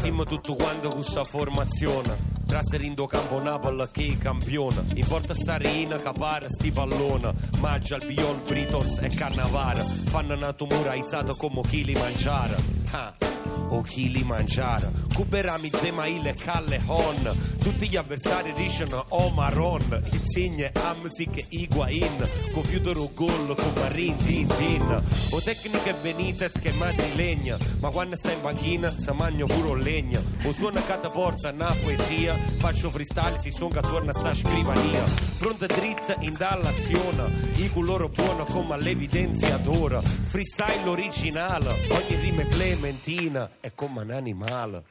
facciamo tutto quanto con sta formazione. Trasferindo campo Napoli che campione. Importa stare in capare sti pallone. Maggia, il biol, Britos e Cannavara. Fanno nato mura izzato come chili mangiare. O chili mangiare. Cuberami Zemail e Callejon. Tutti gli avversari dicono oh marron. Insigne Amsic Higuain. Con Fiudoro gol con Marin Din Din. O tecniche Benitez che madrilegna. Ma quando sta in panchina sa magno pure legna. O suona cataporta una poesia. Faccio freestyle, si stonga attorno a sta scrivania. Pronta dritta in dall'azione. Il colore buono come all'evidenziatore. Freestyle originale. Ogni rima è clementina. È come un animale.